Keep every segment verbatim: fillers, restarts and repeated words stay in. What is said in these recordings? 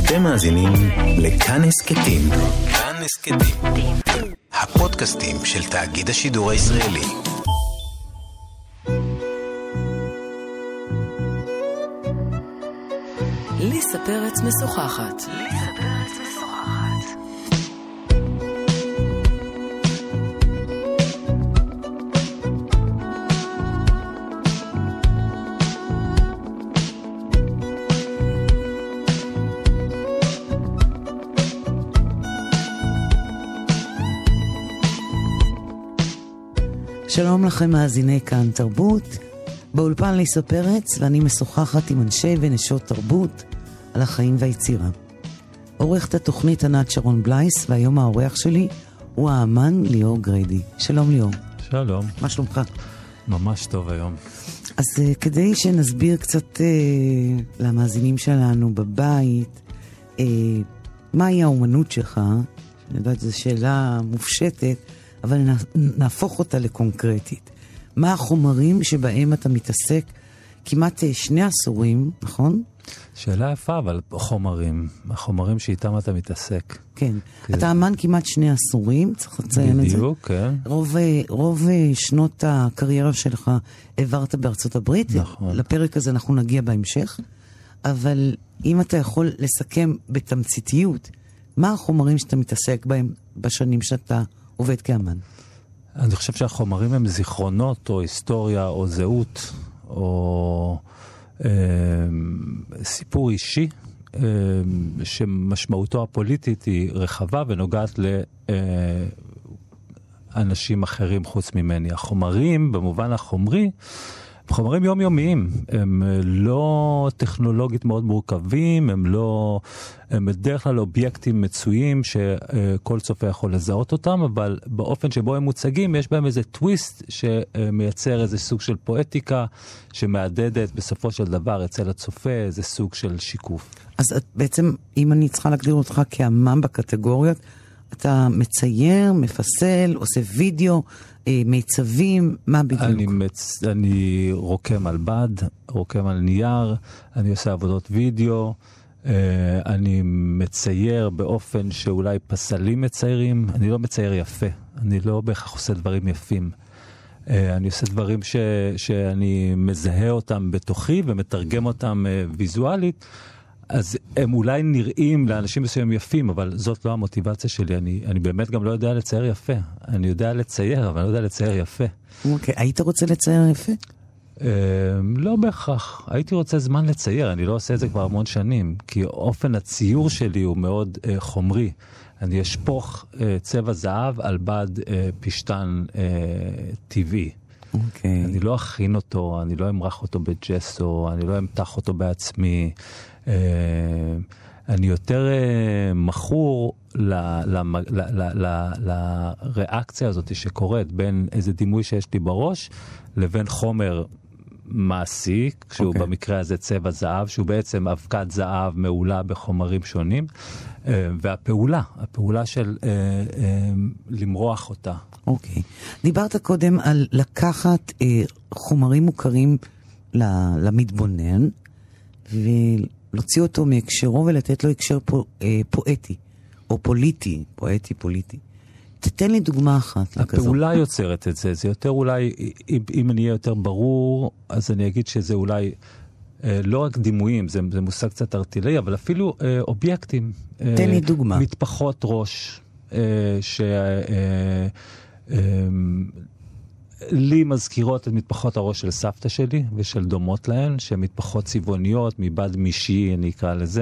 אתם מאזינים לכאן הסקטים. כאן הסקטים. הפודקאסטים של תאגיד השידור הישראלי. ליסה פרץ משוחחת. ליסה פרץ משוחחת. שלום לכם מאזיני כאן תרבות, באולפן ליסה פרץ, ואני משוחחת עם אנשי ונשות תרבות על החיים והיצירה. עורכת התוכנית ענת שרון בלייס, והיום העורך שלי הוא האמן ליאור גריידי. שלום ליאור. שלום. מה שלומך? ממש טוב היום. אז uh, כדי שנסביר קצת uh, למאזינים שלנו בבית, uh, מהי האומנות שלך, אני יודעת, זו שאלה מופשטת, אבל נהפוך אותה לקונקרטית. מה החומרים שבהם אתה מתעסק כמעט שני עשורים, נכון? שאלה יפה, אבל חומרים, החומרים שאיתם אתה מתעסק. כן. אתה אמן כמעט שני עשורים, צריך לציין את זה. בדיוק, כן. רוב, רוב שנות הקריירה שלך העברת בארצות הברית. נכון. לפרק הזה אנחנו נגיע בהמשך. אבל אם אתה יכול לסכם בתמציתיות, מה החומרים שאתה מתעסק בהם בשנים שאתה עובד כאמן? אני חושב שהחומרים הם זיכרונות, או היסטוריה, או זהות, או אה, סיפור אישי, אה, שמשמעותו הפוליטית היא רחבה ונוגעת לאנשים אחרים חוץ ממני. החומרים, במובן החומרי, חומרים יומיומיים, הם לא טכנולוגית מאוד מורכבים, הם לא, הם בדרך כלל אובייקטים מצויים שכל צופה יכול לזהות אותם, אבל באופן שבו הם מוצגים יש בהם איזה טוויסט שמייצר איזה סוג של פואטיקה שמעדדת בסופו של דבר אצל הצופה איזה סוג של שיקוף. אז בעצם אם אני צריכה להגדיר אותך כאמן בקטגוריות, אתה מצייר, מפסל, עושה וידאו, מיצבים, מה בדיוק? אני, מצ... אני רוקם על בד, רוקם על נייר, אני עושה עבודות וידאו, אני מצייר באופן שאולי פסלים מציירים, אני לא מצייר יפה, אני לא בהכרח עושה דברים יפים. אני עושה דברים ש... שאני מזהה אותם בתוכי ומתרגם אותם ויזואלית, אז הם אולי נראים לאנשים מסוים יפים, אבל זאת לא המוטיבציה שלי. אני, אני באמת גם לא יודע לצייר יפה. אני יודע לצייר, אבל אני לא יודע לצייר יפה. אוקיי, okay. היית רוצה לצייר יפה? Uh, לא בהכרח. הייתי רוצה זמן לצייר, אני לא עושה את זה כבר המון שנים, כי אופן הציור שלי הוא מאוד uh, חומרי. אני אשפוך uh, צבע זהב על בד uh, פשטן uh, טבעי. אוקיי. אני לא אכין אותו, אני לא אמרח אותו בג'סו, אני לא אמתח אותו בעצמי. Uh, אני יותר uh, מכור לריאקציה הזאת שקורית בין איזה דימוי שיש לי בראש לבין חומר מעשי, שהוא okay. במקרה הזה צבע זהב, שהוא בעצם אבקת זהב מעולה בחומרים שונים, uh, והפעולה, הפעולה של uh, uh, למרוח אותה. אוקיי. Okay. דיברת קודם על לקחת uh, חומרים מוכרים למתבונן, ו... להוציא אותו מהקשרו ולתת לו הקשר פו, אה, פואטי, או פוליטי, פואטי, פוליטי. תתן לי דוגמה אחת. הפעולה לכזו. יוצרת את זה, זה יותר אולי, אם, אם אני אהיה יותר ברור, אז אני אגיד שזה אולי אה, לא רק דימויים, זה, זה מושג קצת ארטילאי, אבל אפילו אה, אובייקטים. תן אה, לי דוגמה. מטפחות ראש, אה, ש... אה, אה, לי מזכירות את מטפחות הראש של סבתא שלי ושל דומות להן, שהן מטפחות צבעוניות, מבד מישי אני אקרא לזה.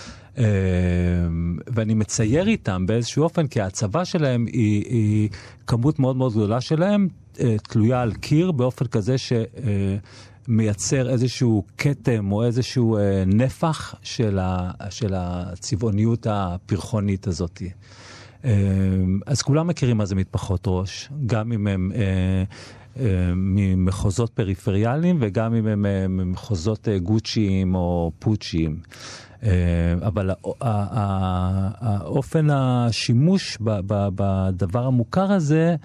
ואני מצייר איתם באיזשהו אופן, כי ההצבה שלהם היא, היא כמות מאוד מאוד גדולה שלהם, תלויה על קיר באופן כזה שמייצר איזשהו קטם או איזשהו נפח של, ה, של הצבעוניות הפרחונית הזאת. אז כולם מכירים מה זה מטפחות ראש, גם אם הם אה, אה, ממחוזות פריפריאליים וגם אם הם אה, ממחוזות אה, גוצ'יים או פוצ'יים. אה, אבל האופן השימוש ב, ב, בדבר המוכר הזה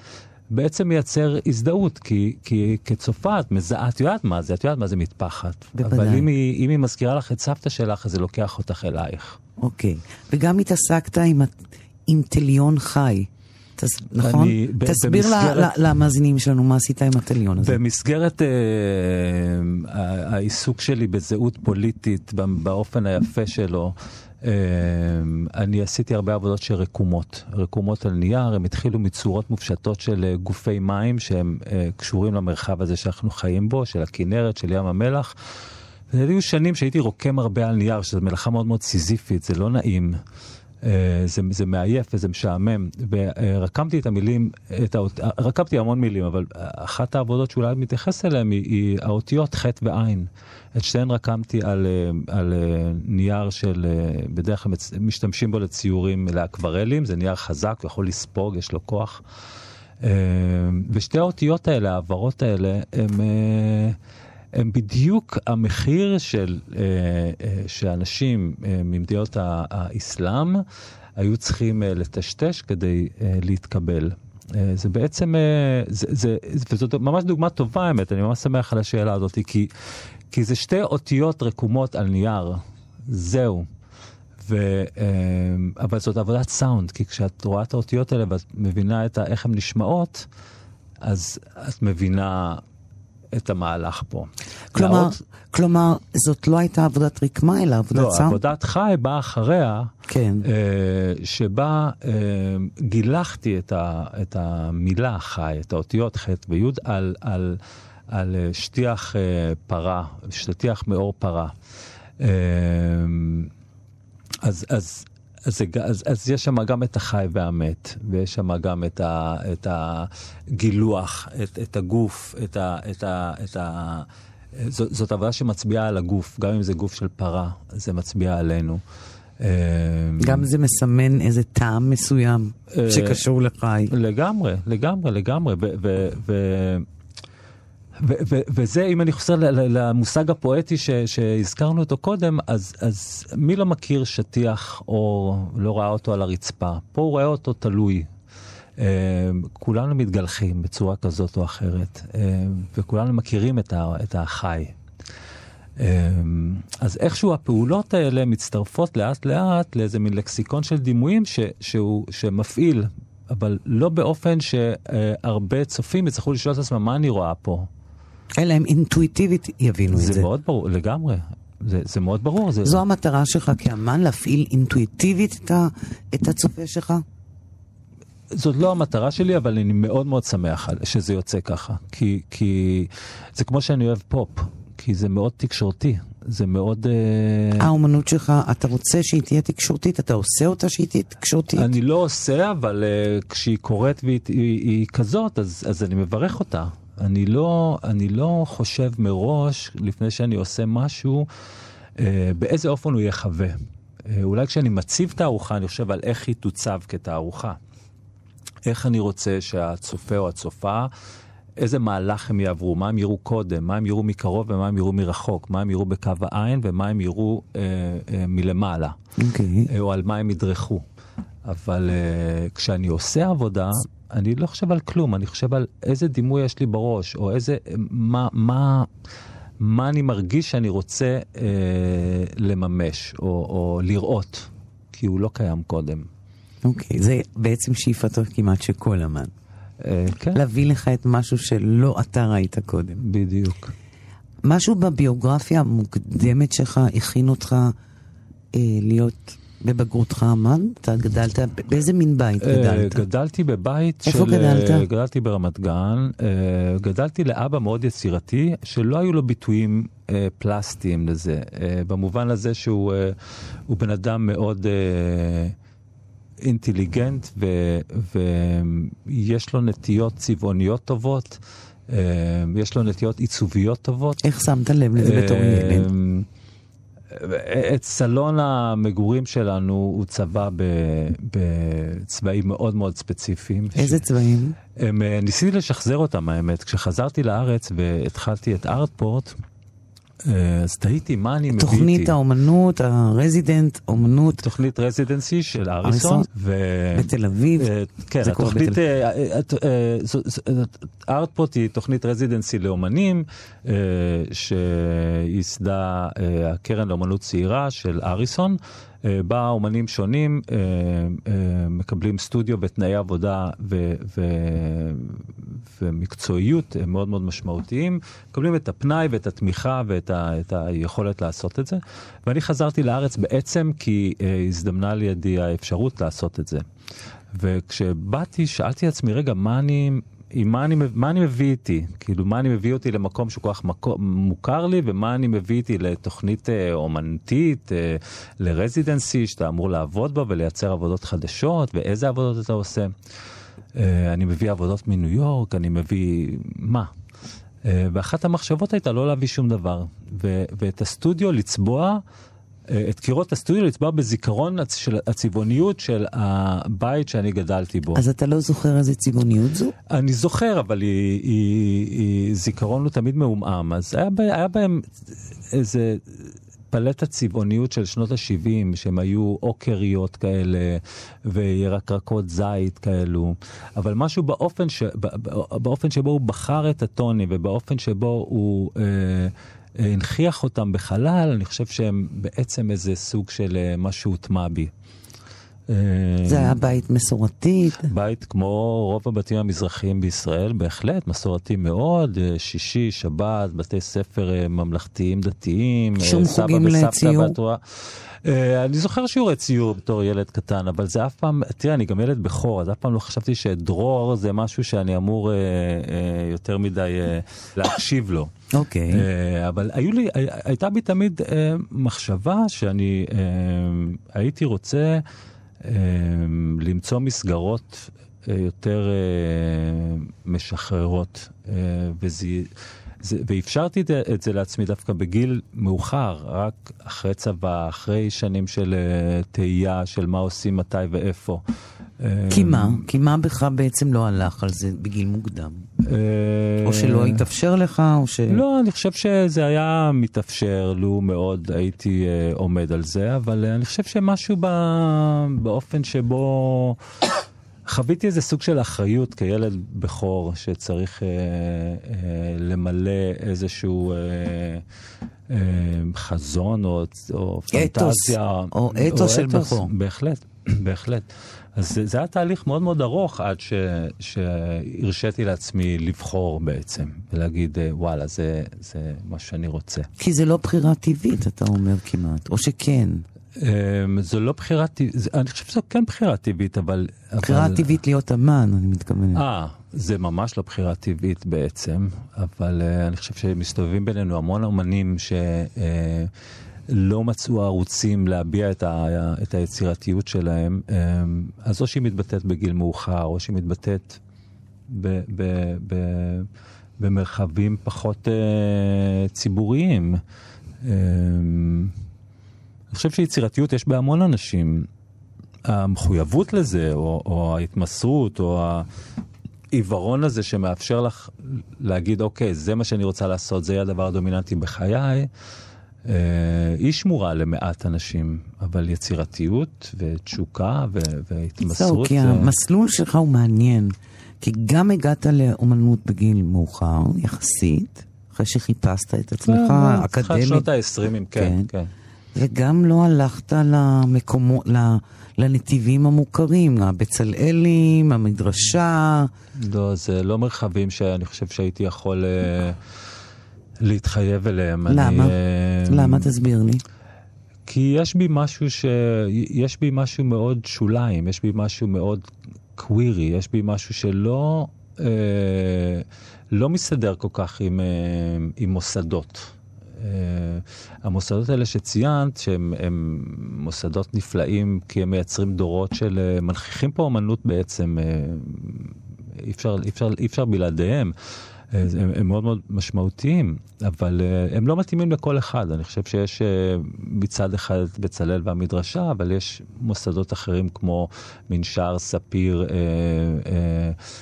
בעצם מייצר הזדהות, כי, כי כצופה את מזהה, את יודעת מה זה, את יודעת מה זה מטפחת. בוודאי. אבל אם היא, אם היא מזכירה לך את סבתא שלך, אז זה לוקח אותך אלייך. אוקיי. וגם התעסקת עם, עם תליון חי. תס, נכון? אני, ב, תסביר במסגרת, ל, ל, למאזינים שלנו מה עשית עם התליון הזה. במסגרת אה, העיסוק שלי בזהות פוליטית, באופן היפה שלו, אני עשיתי הרבה עבודות של רקומות, רקומות על נייר. הם התחילו מצורות מופשטות של גופי מים שהם קשורים למרחב הזה שאנחנו חיים בו, של הכנרת, של ים המלח. היו שנים שהייתי רוקם הרבה על נייר, שזו מלאכה מאוד מאוד סיזיפית, זה לא נעים, זה, זה מעייף וזה משעמם. ורקמתי את המילים, את האות... רקמתי המון מילים, אבל אחת העבודות שאולי מתייחס אליהן היא, היא האותיות ח' ועין. את שתיהן רקמתי על, על נייר של, בדרך כלל משתמשים בו לציורים, לאקוורלים, זה נייר חזק, הוא יכול לספוג, יש לו כוח. ושתי האותיות האלה, העברות האלה, הם, הם בדיוק המחיר של, שאנשים ממדינות האסלאם היו צריכים לטשטש כדי להתקבל. זה בעצם, זה, זה, וזאת ממש דוגמה טובה, האמת, אני ממש שמח על השאלה הזאת, כי כי זה שתי אותיות רקומות על נייר, זהו. ו, אבל זאת עבודת סאונד, כי כשאת רואה את האותיות האלה ואת מבינה את איך הן נשמעות, אז את מבינה את המהלך פה. כלומר, להראות... כלומר, זאת לא הייתה עבודת רקמה, אלא עבודת לא, סאונד? לא, עבודת חי באה אחריה, כן. שבה גילחתי את, ה, את המילה חי, את האותיות ח' וי' על... על על שטיח פרה, שטיח מאור פרה. אז, אז, אז, אז, אז יש שם גם את החי והמת, ויש שם גם את, ה, את הגילוח, את, את הגוף, את ה, את ה, את ה, זאת, זאת עבודה שמצביעה על הגוף, גם אם זה גוף של פרה, זה מצביע עלינו. גם זה מסמן איזה טעם מסוים שקשור לחי. לגמרי, לגמרי, לגמרי. ו... ו, ו ו- ו- וזה, אם אני חוזר למושג הפואטי ש- שהזכרנו אותו קודם, אז, אז מי לא מכיר שטיח או לא ראה אותו על הרצפה? פה הוא רואה אותו תלוי. כולנו מתגלחים בצורה כזאת או אחרת, וכולנו מכירים את, ה- את החי. אז איכשהו הפעולות האלה מצטרפות לאט לאט לאיזה מין לקסיקון של דימויים ש- שהוא, שמפעיל, אבל לא באופן שהרבה צופים יצטרכו לשאול את עצמם מה אני רואה פה. אלא הם אינטואיטיבית יבינו את זה. זה מאוד ברור, לגמרי. זה, זה מאוד ברור. זה... זו המטרה שלך כאמן, להפעיל אינטואיטיבית את, ה, את הצופה שלך? זאת לא המטרה שלי, אבל אני מאוד מאוד שמח שזה יוצא ככה. כי, כי זה כמו שאני אוהב פופ, כי זה מאוד תקשורתי. זה מאוד... האומנות שלך, אתה רוצה שהיא תהיה תקשורתית? אתה עושה אותה שהיא תהיה תקשורתית? אני לא עושה, אבל uh, כשהיא קורית והיא היא, היא כזאת, אז, אז אני מברך אותה. אני לא, אני לא חושב מראש, לפני שאני עושה משהו, אה, באיזה אופן הוא יחווה. אה, אולי כשאני מציב תערוכה, אני חושב על איך היא תוצב כתערוכה. איך אני רוצה שהצופה או הצופה, איזה מהלך הם יעברו, מה הם יראו קודם, מה הם יראו מקרוב ומה הם יראו מרחוק, מה הם יראו בקו העין ומה הם יראו אה, אה, מלמעלה. אוקיי. אה, או על מה הם ידרכו. אבל אה, כשאני עושה עבודה... אני לא חושב על כלום, אני חושב על איזה דימוי יש לי בראש, או איזה, מה, מה, מה אני מרגיש שאני רוצה אה, לממש, או, או לראות, כי הוא לא קיים קודם. אוקיי, okay, זה בעצם שאיפתו כמעט שכל אמן. אה, כן. להביא לך את משהו שלא אתה ראית קודם. בדיוק. משהו בביוגרפיה המוקדמת שלך הכין אותך אה, להיות... בבגרותך אמן? אתה גדלת, באיזה מין בית גדלת? גדלתי בבית איפה של... גדלת? גדלתי ברמת גן. גדלתי לאבא מאוד יצירתי, שלא היו לו ביטויים פלסטיים לזה. במובן הזה שהוא בן אדם מאוד אינטליגנט, ויש לו נטיות צבעוניות טובות, יש לו נטיות עיצוביות טובות. איך שמת לב לזה בתור ילד? את סלון המגורים שלנו הוא צבע בצבעים מאוד מאוד ספציפיים. איזה צבעים? ניסיתי לשחזר אותם, האמת. כשחזרתי לארץ והתחלתי את ארטפורט, אז תהיתי מה אני מביא איתי. תוכנית האומנות, הרזידנט, אומנות. תוכנית רזידנסי של אריסון. בתל אביב. כן, התוכנית, ארטפוט היא תוכנית רזידנסי לאומנים, שיסדה הקרן לאומנות צעירה של אריסון, בה אומנים שונים מקבלים סטודיו בתנאי עבודה ומקצועיות מאוד מאוד משמעותיים, מקבלים את הפנאי ואת התמיכה ואת היכולת לעשות את זה. ואני חזרתי לארץ בעצם כי הזדמנה לידי האפשרות לעשות את זה. וכשבאתי, שאלתי עצמי, רגע, מה אני... מה אני, מה אני מביא איתי? כאילו, מה אני מביא אותי למקום שכל כך מוכר לי, ומה אני מביא איתי לתוכנית אומנותית, לרזידנסי, שאתה אמור לעבוד בה ולייצר עבודות חדשות, ואיזה עבודות אתה עושה? אני מביא עבודות מניו יורק, אני מביא... מה? ואחת המחשבות הייתה לא להביא שום דבר. ו- ואת הסטודיו לצבוע, את קירות הסטודיו לצבוע בזיכרון של הצבעוניות של הבית שאני גדלתי בו. אז אתה לא זוכר איזה צבעוניות זו? אני זוכר, אבל היא, היא, היא, זיכרון הוא תמיד מעומעם. אז היה, היה בהם איזה פלטת צבעוניות של שנות ה-שבעים, שהם היו אוקריות כאלה, וירקרקות זית כאלו. אבל משהו באופן, ש, באופן שבו הוא בחר את הטונים, ובאופן שבו הוא... אה, הנחיח אותם בחלל, אני חושב שהם בעצם איזה סוג של משהו הוטמע בי. זה היה בית מסורתי? בית כמו רוב הבתים המזרחיים בישראל, בהחלט, מסורתי מאוד, שישי, שבת, בתי ספר ממלכתיים דתיים, שום חוגים לציור? אני זוכר שיעורי ציור בתור ילד קטן, אבל זה אף פעם, תראה, אני גם ילד בכור, אז אף פעם לא חשבתי שדרור זה משהו שאני אמור יותר מדי להקשיב לו. אוקיי. אבל היו לי, הייתה בי תמיד מחשבה שאני הייתי רוצה למצוא מסגרות יותר משחררות, וזה... זה, ואפשרתי את זה לעצמי דווקא בגיל מאוחר, רק אחרי צבא, אחרי שנים של uh, תהייה, של מה עושים, מתי ואיפה. כי מה? כי מה בך בעצם לא הלך על זה בגיל מוקדם? או שלא התאפשר לך, או ש... לא, אני חושב שזה היה מתאפשר, לו מאוד הייתי uh, עומד על זה, אבל uh, אני חושב שמשהו בא, באופן שבו... חוויתי איזה סוג של אחריות כילד בכור שצריך אה, אה, למלא איזשהו אה, אה, חזון או, או פנטזיה. או אתוס של בכור. בהחלט, בהחלט. אז זה, זה היה תהליך מאוד מאוד ארוך עד ש, שהרשיתי לעצמי לבחור בעצם, ולהגיד וואלה, זה, זה מה שאני רוצה. כי זה לא בחירה טבעית, אתה אומר כמעט, או שכן. זו לא בחירה טבעית, אני חושב שזו כן בחירה טבעית, אבל... בחירה טבעית להיות אמן, אני מתכוון. אה, זה ממש לא בחירה טבעית בעצם, אבל אני חושב שמסתובבים בינינו המון אומנים שלא מצאו ערוצים להביע את היצירתיות שלהם, אז או שהיא מתבטאת בגיל מאוחר, או שהיא מתבטאת במרחבים פחות ציבוריים. אני חושב שיצירתיות יש בהמון אנשים. המחויבות לזה, או, או ההתמסרות, או העיוורון הזה שמאפשר לך להגיד, אוקיי, זה מה שאני רוצה לעשות, זה יהיה הדבר הדומיננטי בחיי, אה, היא שמורה למעט אנשים, אבל יצירתיות ותשוקה והתמסרות... כי המסלול שלך הוא מעניין, כי גם הגעת לאומנות בגיל מאוחר, יחסית, אחרי שחיפשת את עצמך, אקדמית. אחרי שנות ה-עשרים, כן, כן. וגם לא הלכת למקומות, לנתיבים המוכרים, הבצלאלים, המדרשה. לא, זה לא מרחבים שאני חושב שהייתי יכול להתחייב אליהם. למה? למה? תסביר לי. כי יש בי משהו ש... יש בי משהו מאוד שוליים, יש בי משהו מאוד קווירי, יש בי משהו שלא לא מסתדר כל כך עם, עם מוסדות. Uh, המוסדות האלה שציינת, שהם הם מוסדות נפלאים, כי הם מייצרים דורות של uh, מנכיחים פה אומנות בעצם, uh, אי אפשר, אי אפשר, אי אפשר בלעדיהם, uh, הם, הם מאוד מאוד משמעותיים, אבל uh, הם לא מתאימים לכל אחד. אני חושב שיש uh, מצד אחד בצלאל והמדרשה, אבל יש מוסדות אחרים כמו מנשר, ספיר, uh, uh,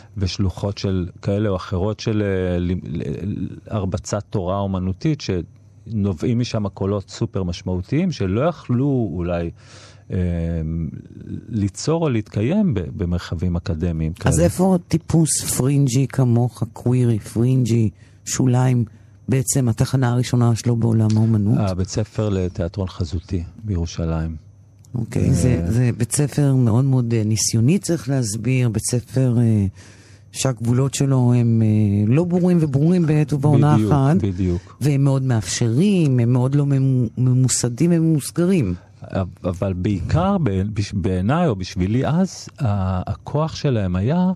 ושלוחות של כאלה או אחרות של uh, הרבצת תורה אומנותית, ש... נובעים משם קולות סופר משמעותיים, שלא יכלו אולי אה, ליצור או להתקיים במרחבים אקדמיים. אז כאלה. איפה טיפוס פרינג'י כמוך, קווירי, פרינג'י, שוליים, בעצם התחנה הראשונה שלו בעולם האומנות? הבית ספר לתיאטרון חזותי בירושלים. אוקיי, זה, זה בית ספר מאוד מאוד ניסיוני, צריך להסביר, בית ספר שהגבולות שלו הם לא ברורים וברורים בעת ובעונה בדיוק, אחת. בדיוק. והם מאוד מאפשרים, הם מאוד לא ממוסדים וממוסגרים. אבל בעיקר בעיניי או בשבילי אז, הכוח שלהם היה,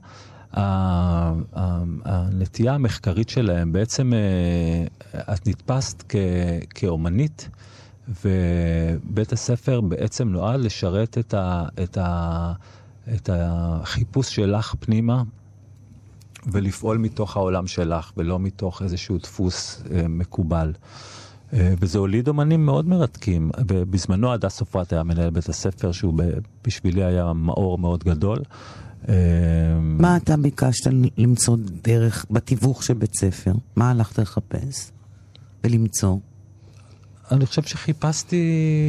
הנטייה המחקרית שלהם, בעצם את נתפסת כאומנית, ובית הספר בעצם נועד לשרת את, ה, את, ה, את החיפוש שלך פנימה, ולפעול מתוך העולם שלך, ולא מתוך איזשהו דפוס אה, מקובל. אה, וזה הוליד אומנים מאוד מרתקים. בזמנו עדה סופרת היה מנהל בית הספר, שהוא בשבילי היה מאור מאוד גדול. אה, מה אתה ביקשת למצוא דרך בתיווך של בית ספר? מה הלכת לחפש ולמצוא? אני חושב שחיפשתי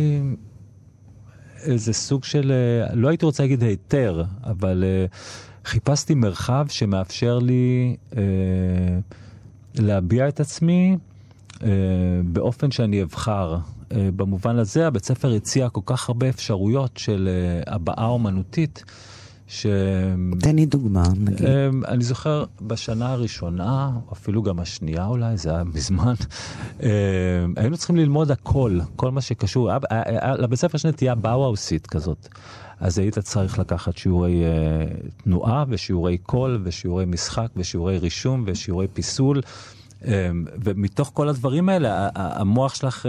איזה סוג של, לא הייתי רוצה להגיד היתר, אבל חיפשתי מרחב שמאפשר לי אה, להביע את עצמי אה, באופן שאני אבחר. אה, במובן הזה הבית ספר הציע כל כך הרבה אפשרויות של אה, הבעה אומנותית, ש... תן לי דוגמה, נגיד. אני זוכר בשנה הראשונה, אפילו גם השנייה אולי, זה היה בזמן, היינו צריכים ללמוד הכל, כל מה שקשור, לבית ספר יש נטייה באוואוסית כזאת, אז היית צריך לקחת שיעורי תנועה ושיעורי קול ושיעורי משחק ושיעורי רישום ושיעורי פיסול, ומתוך כל הדברים האלה, המוח שלך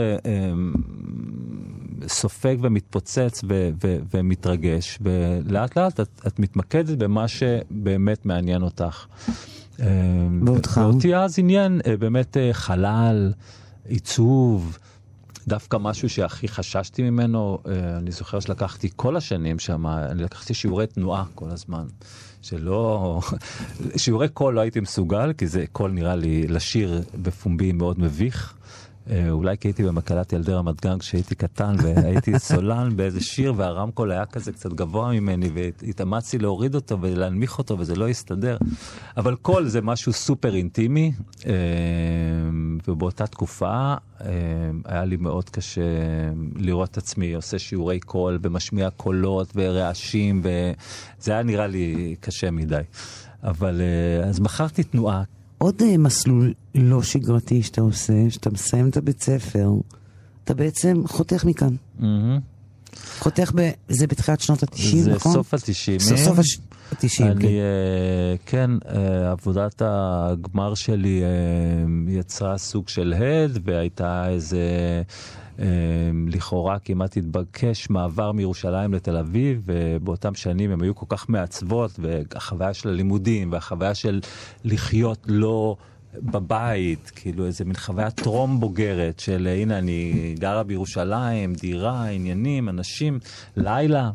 סופג ומתפוצץ ו- ו- ומתרגש, ולאט לאט את, את מתמקדת במה שבאמת מעניין אותך. ואותך? ואותי אז עניין באמת חלל, עיצוב, דווקא משהו שהכי חששתי ממנו, אני זוכר שלקחתי כל השנים שם, אני לקחתי שיעורי תנועה כל הזמן. שלא, שיעורי קול לא הייתי מסוגל, כי זה קול נראה לי לשיר בפומבי מאוד מביך. אולי כי הייתי במקהלת ילדי רמת גן כשהייתי קטן, והייתי סולן באיזה שיר, והרמקול היה כזה קצת גבוה ממני, והתאמצתי להוריד אותו ולהנמיך אותו, וזה לא יסתדר. אבל קול זה משהו סופר אינטימי, ובאותה תקופה היה לי מאוד קשה לראות את עצמי, עושה שיעורי קול, ומשמיע קולות ורעשים, וזה היה נראה לי קשה מדי. אבל אז בחרתי תנועה. עוד מסלול לא שגרתי שאתה עושה, שאתה מסיים את הבית ספר, אתה בעצם חותך מכאן. חותך ב... זה בתחילת שנות ה-תשעים, נכון? זה סוף ה-תשעים. סוף ה-תשעים, כן. אני, כן, עבודת הגמר שלי יצרה סוג של הד, והייתה איזה... לכאורה כמעט התבקש מעבר מירושלים לתל אביב, ובאותם שנים הם היו כל כך מעצבות, והחוויה של הלימודים והחוויה של לחיות לא בבית, כאילו איזה מין חוויה טרום בוגרת של הנה אני גרה בירושלים, דירה, עניינים, אנשים, לילה.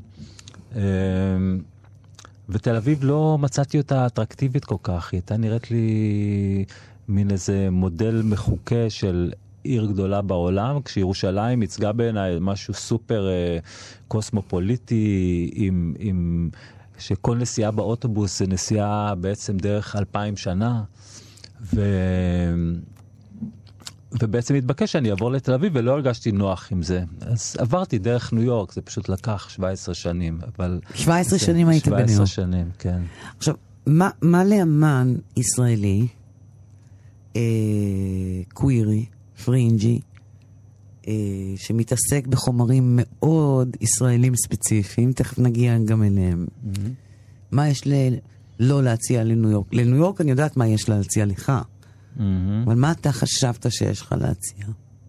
ותל אביב לא מצאתי אותה אטרקטיבית כל כך, היא הייתה נראית לי מין איזה מודל מחוקה של עיר גדולה בעולם, כשירושלים ייצגה בעיניי משהו סופר אה, קוסמופוליטי, עם, עם, שכל נסיעה באוטובוס זה נסיעה בעצם דרך אלפיים שנה, ו... ובעצם התבקש שאני אעבור לתל אביב, ולא הרגשתי נוח עם זה. אז עברתי דרך ניו יורק, זה פשוט לקח שבע עשרה שנים, אבל... שבע עשרה שנים היית בניו יורק. שבע עשרה שנים, כן. עכשיו, מה, מה לאמן ישראלי, אה, קווירי, פרינג'י, אה, שמתעסק בחומרים מאוד ישראלים ספציפיים, תכף נגיע גם אליהם. Mm-hmm. מה יש ל... לא להציע לניו יורק? לניו יורק אני יודעת מה יש להציע לך. Mm-hmm. אבל מה אתה חשבת שיש לך להציע?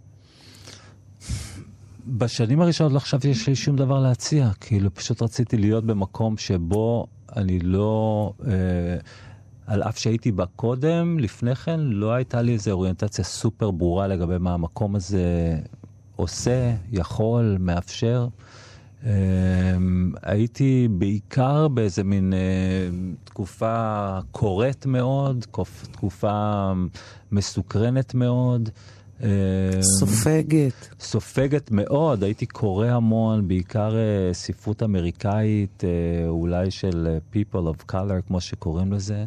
בשנים הראשונות לא חשבתי שיש לי שום דבר להציע. כאילו פשוט רציתי להיות במקום שבו אני לא... אה, על אף שהייתי בה קודם, לפני כן, לא הייתה לי איזו אוריינטציה סופר ברורה לגבי מה המקום הזה עושה, יכול, מאפשר. הייתי בעיקר באיזה מין תקופה קורית מאוד, תקופה מסוקרנת מאוד, סופגת. סופגת מאוד, הייתי קורא המון, בעיקר ספרות אמריקאית, אולי של people of color, כמו שקוראים לזה.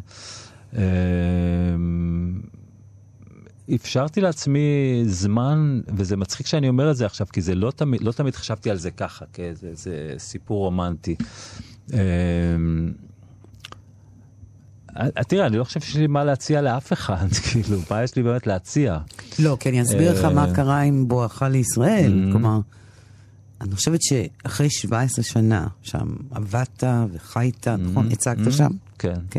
אפשרתי לעצמי זמן, וזה מצחיק שאני אומר את זה עכשיו, כי זה לא תמיד, לא תמיד חשבתי על זה ככה, כי זה, זה סיפור רומנטי. תראה, אני לא חושב שיש לי מה להציע לאף אחד, כאילו, מה יש לי באמת להציע? לא, כי אני אסביר לך מה קרה עם בואכה לישראל, כלומר, אני חושבת שאחרי שבע עשרה שנה, שם עבדת וחיית, נכון? הצגת שם? כן. כן.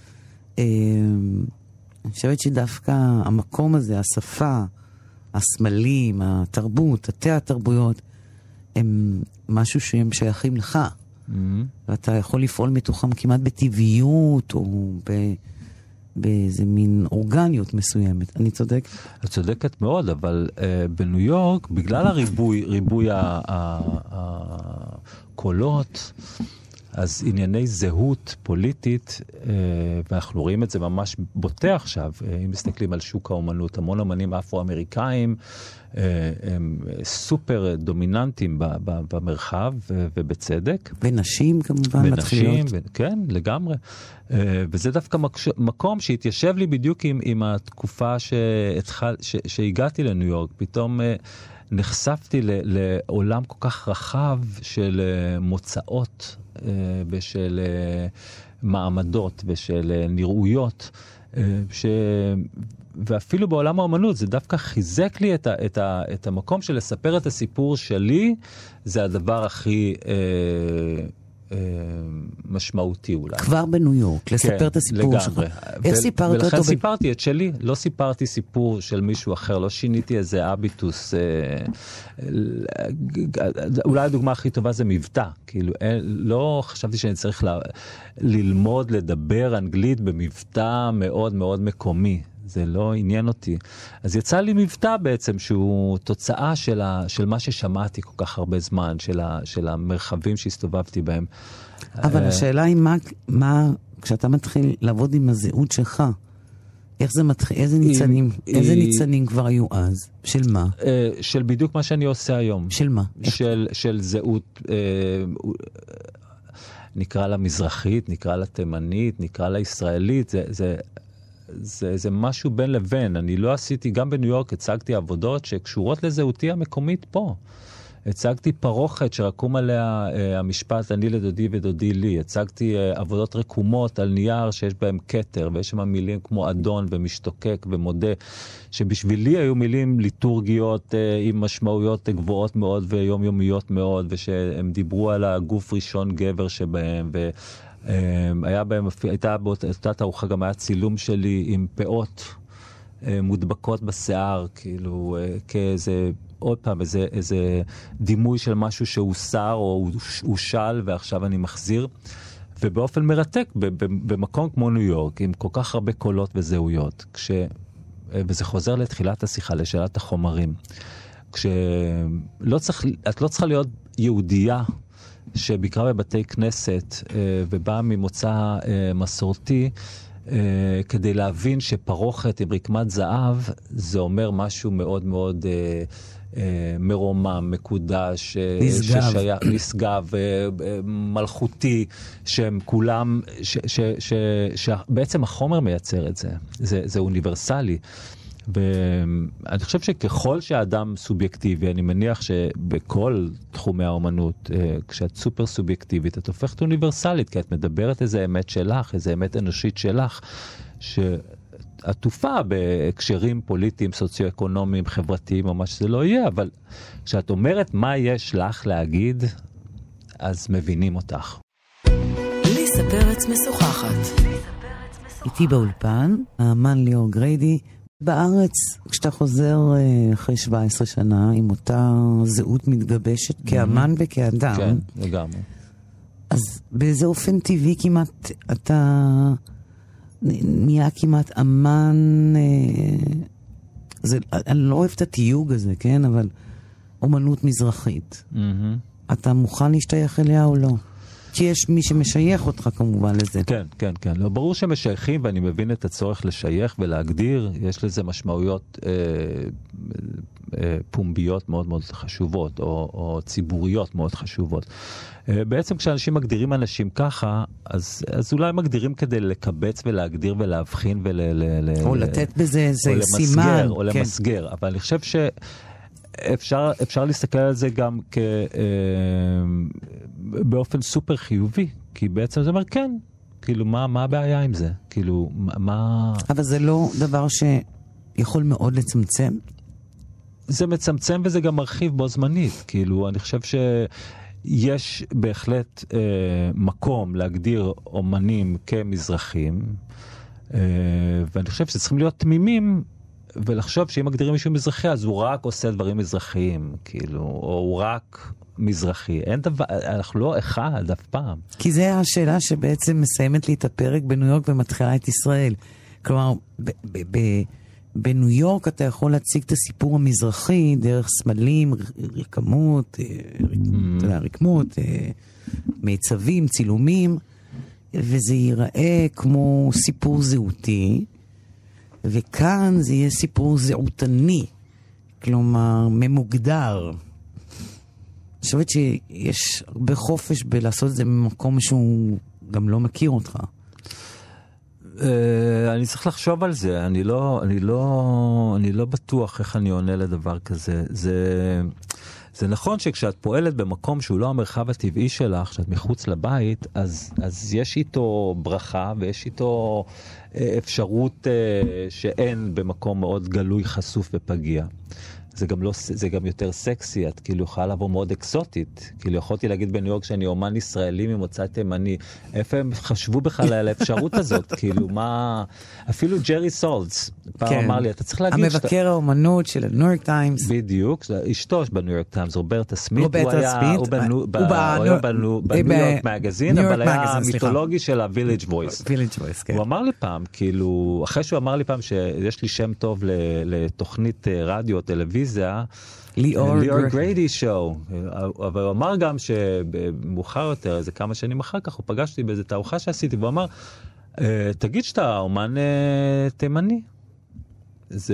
אני חושבת שדווקא המקום הזה, השפה, הסמלים, התרבות, התא התרבויות, הם משהו שהם שייכים לך. ואתה יכול לפעול מתוכם כמעט בטבעיות, או באיזה מין אורגניות מסוימת. אני צודק? את צודקת מאוד, אבל בניו יורק, בגלל הריבוי, ריבוי הקולות, אז ענייני זהות פוליטית, ואנחנו רואים את זה ממש בוטה עכשיו, אם מסתכלים על שוק האומנות, המון אומנים אפרו-אמריקאים, הם סופר דומיננטיים במרחב, ובצדק. ונשים כמובן מתחילות. ונשים, כן, לגמרי. וזה דווקא מקום שהתיישב לי בדיוק עם התקופה שהגעתי לניו יורק. פתאום נחשפתי לעולם כל כך רחב של מוצאות, ושל מעמדות, ושל נראויות, ש... ואפילו בעולם האומנות זה דווקא חיזק לי את, ה, את, ה, את המקום של לספר את הסיפור שלי, זה הדבר הכי אה, אה, משמעותי אולי. כבר בניו יורק, לספר כן, את הסיפור שלך. לגמרי. איך סיפרת אותו? ולכן סיפרתי את שלי, לא סיפרתי סיפור של מישהו אחר, לא שיניתי איזה אביטוס, אה, אולי הדוגמה הכי טובה זה מבטא, כאילו, לא חשבתי שאני צריך ל, ללמוד, לדבר אנגלית במבטא מאוד מאוד מקומי. זה לא עניין אותי. אז יצא לי מבטא בעצם שהוא תוצאה של, ה, של מה ששמעתי כל כך הרבה זמן, של, ה, של המרחבים שהסתובבתי בהם. אבל השאלה היא מה, מה, כשאתה מתחיל לעבוד עם הזהות שלך, איך זה מתחיל, איזה ניצנים, היא, איזה היא, ניצנים כבר היו אז? של מה? של בדיוק מה שאני עושה היום. של מה? של, של זהות, נקרא לה מזרחית, נקרא לה תימנית, נקרא לה ישראלית, זה... זה זה, זה משהו בין לבין. אני לא עשיתי, גם בניו יורק הצגתי עבודות שקשורות לזהותי המקומית פה. הצגתי פרוכת שרקום עליה אה, המשפט אני לדודי ודודי לי. הצגתי אה, עבודות רקומות על נייר שיש בהם כתר, ויש שם מילים כמו אדון ומשתוקק ומודה, שבשבילי היו מילים ליטורגיות אה, עם משמעויות גבוהות מאוד ויומיומיות מאוד, ושהם דיברו על הגוף ראשון גבר שבהם, ו... היה בהם, הייתה באותה תערוכה גם היה צילום שלי עם פאות מודבקות בשיער, כאילו כאיזה, עוד פעם, איזה, איזה דימוי של משהו שהוסר או הושל ועכשיו אני מחזיר, ובאופן מרתק במקום כמו ניו יורק, עם כל כך הרבה קולות וזהויות, כש, וזה חוזר לתחילת השיחה, לשאלת החומרים, כשלא צריך, את לא צריכה להיות יהודייה, שביקרה בבתי כנסת ובאה ממוצא מסורתי, כדי להבין שפרוכת עם רקמת זהב, זה אומר משהו מאוד מאוד מרומם, מקודש, נשגב, ששייך, נשגב, מלכותי, שהם כולם, שבעצם החומר מייצר את זה, זה, זה אוניברסלי. ואני חושב שככל שהאדם סובייקטיבי, אני מניח שבכל תחומי האומנות, כשאת סופר סובייקטיבית, את הופכת אוניברסלית, כי את מדברת איזה אמת שלך, איזה אמת אנושית שלך, שעטופה בהקשרים פוליטיים, סוציו-אקונומיים, חברתיים, או מה שזה לא יהיה, אבל כשאת אומרת מה יש לך להגיד, אז מבינים אותך. ליסה פרץ משוחחת. איתי באולפן, האמן ליאור גריידי, בארץ, כשאתה חוזר אחרי שבע עשרה שנה, עם אותה זהות מתגבשת כאמן וכאדם. כן, לגמרי. אז באיזה אופן טבעי כמעט אתה נהיה כמעט אמן, זה, אני לא אוהב את התיוג הזה, כן? אבל אומנות מזרחית. אתה מוכן להשתייך אליה או לא? כי יש מי שמשייך אותך כמובן לזה. כן, כן, כן. לא, ברור שמשייכים, ואני מבין את הצורך לשייך ולהגדיר. יש לזה משמעויות אה, אה, פומביות מאוד מאוד חשובות, או, או ציבוריות מאוד חשובות. אה, בעצם כשאנשים מגדירים אנשים ככה, אז, אז אולי מגדירים כדי לקבץ ולהגדיר ולהבחין ול... ל, או ל, לתת בזה איזה או סימן. או כן. למסגר. אבל אני חושב ש... אפשר, אפשר להסתכל על זה גם כ, אה, באופן סופר חיובי, כי בעצם זה אומר כן, כאילו מה, מה הבעיה עם זה? כאילו, מה... אבל זה לא דבר שיכול מאוד לצמצם? זה מצמצם וזה גם מרחיב בו זמנית, כאילו, אני חושב שיש בהחלט אה, מקום להגדיר אומנים כמזרחים, אה, ואני חושב שצריכים להיות תמימים, ולחשוב שאם מגדירים מישהו מזרחי, אז הוא רק עושה דברים מזרחיים, כאילו, או הוא רק מזרחי. אין דבר, אנחנו לא אחד אף פעם. כי זה השאלה שבעצם מסיימת לי את הפרק בניו יורק ומתחילה את ישראל. כלומר, בניו יורק אתה יכול להציג את הסיפור המזרחי דרך סמלים, רקמות, רקמות, מיצבים, צילומים, וזה ייראה כמו סיפור זהותי, וכאן זה יהיה סיפור זהותני, כלומר ממוגדר. אני חושבת שיש הרבה חופש בלעשות את זה ממקום שהוא גם לא מכיר אותך. אני צריך לחשוב על זה, אני לא, אני לא, אני לא בטוח איך אני עונה לדבר כזה. זה, זה נכון שכשאת פועלת במקום שהוא לא המרחב הטבעי שלך, כשאת מחוץ לבית, אז, אז יש איתו ברכה ויש איתו אפשרות שאין במקום מאוד גלוי, חשוף ופגיע. זה גם לא, זה גם יותר סקסי, את כאילו יכולה לבוא מאוד אקסוטית. כאילו יכולתי להגיד בניו יורק שאני אומן ישראלי ממוצא תימני. איפה הם חשבו בכלל על האפשרות הזאת? כאילו מה... אפילו ג'רי סולץ פעם כן. אמר לי, אתה צריך להגיד... המבקר שאתה... האומנות של הניו יורק טיימס. בדיוק, אשתו בניו יורק טיימס, רוברטה סמית. רוברטה סמית. הוא היה בניו יורק מגזין, אבל היה המיתולוגי של ה-Village Voice. Village Voice, כן. הוא אמר לי פעם, כאילו, אחרי שהוא אמר לי פעם שיש לי שם טוב לתוכנית רדיו, טלוויזיה, ליאור גריידי שואו, אבל הוא אמר גם שמאוחר יותר, איזה כמה שנים אחר כך, הוא פגש לי באיזו תערוכה שעשיתי, והוא אמר, תגיד שאתה אומן תימני. זה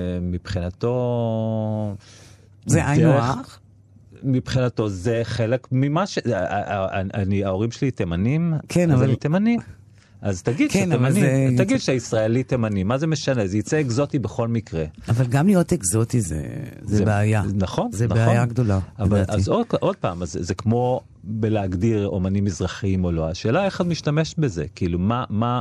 מבחינתו... זה היינו אח? מבחינתו זה חלק ממה ש... אני, ההורים שלי תימנים, כן, אז אבל... אני תימני. אז תגיד כן, שאתה תימני, זה... תגיד שהישראלי תימני, מה זה משנה? זה יצא אקזוטי בכל מקרה. אבל גם להיות אקזוטי זה, זה, זה בעיה. נכון, זה נכון. בעיה גדולה. אבל, אז עוד, עוד פעם, אז, זה כמו בלהגדיר אומנים מזרחיים או לא. השאלה איך את משתמש בזה, כאילו מה, מה,